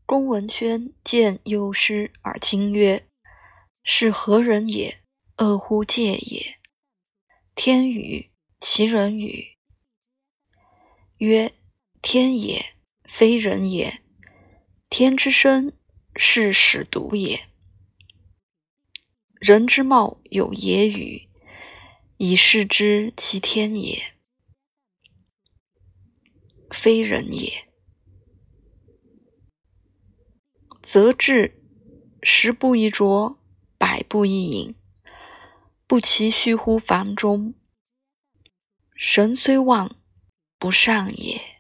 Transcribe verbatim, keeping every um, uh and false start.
公文轩见幼师而惊曰：是何人也？恶乎戒也！天语，其人语。曰：天也，非人也。天之生，是使独也。人之貌有也与，以示之其天也，非人也。则至，十步一啄，百步一饮，不其虚乎房中。神虽旺，不上也。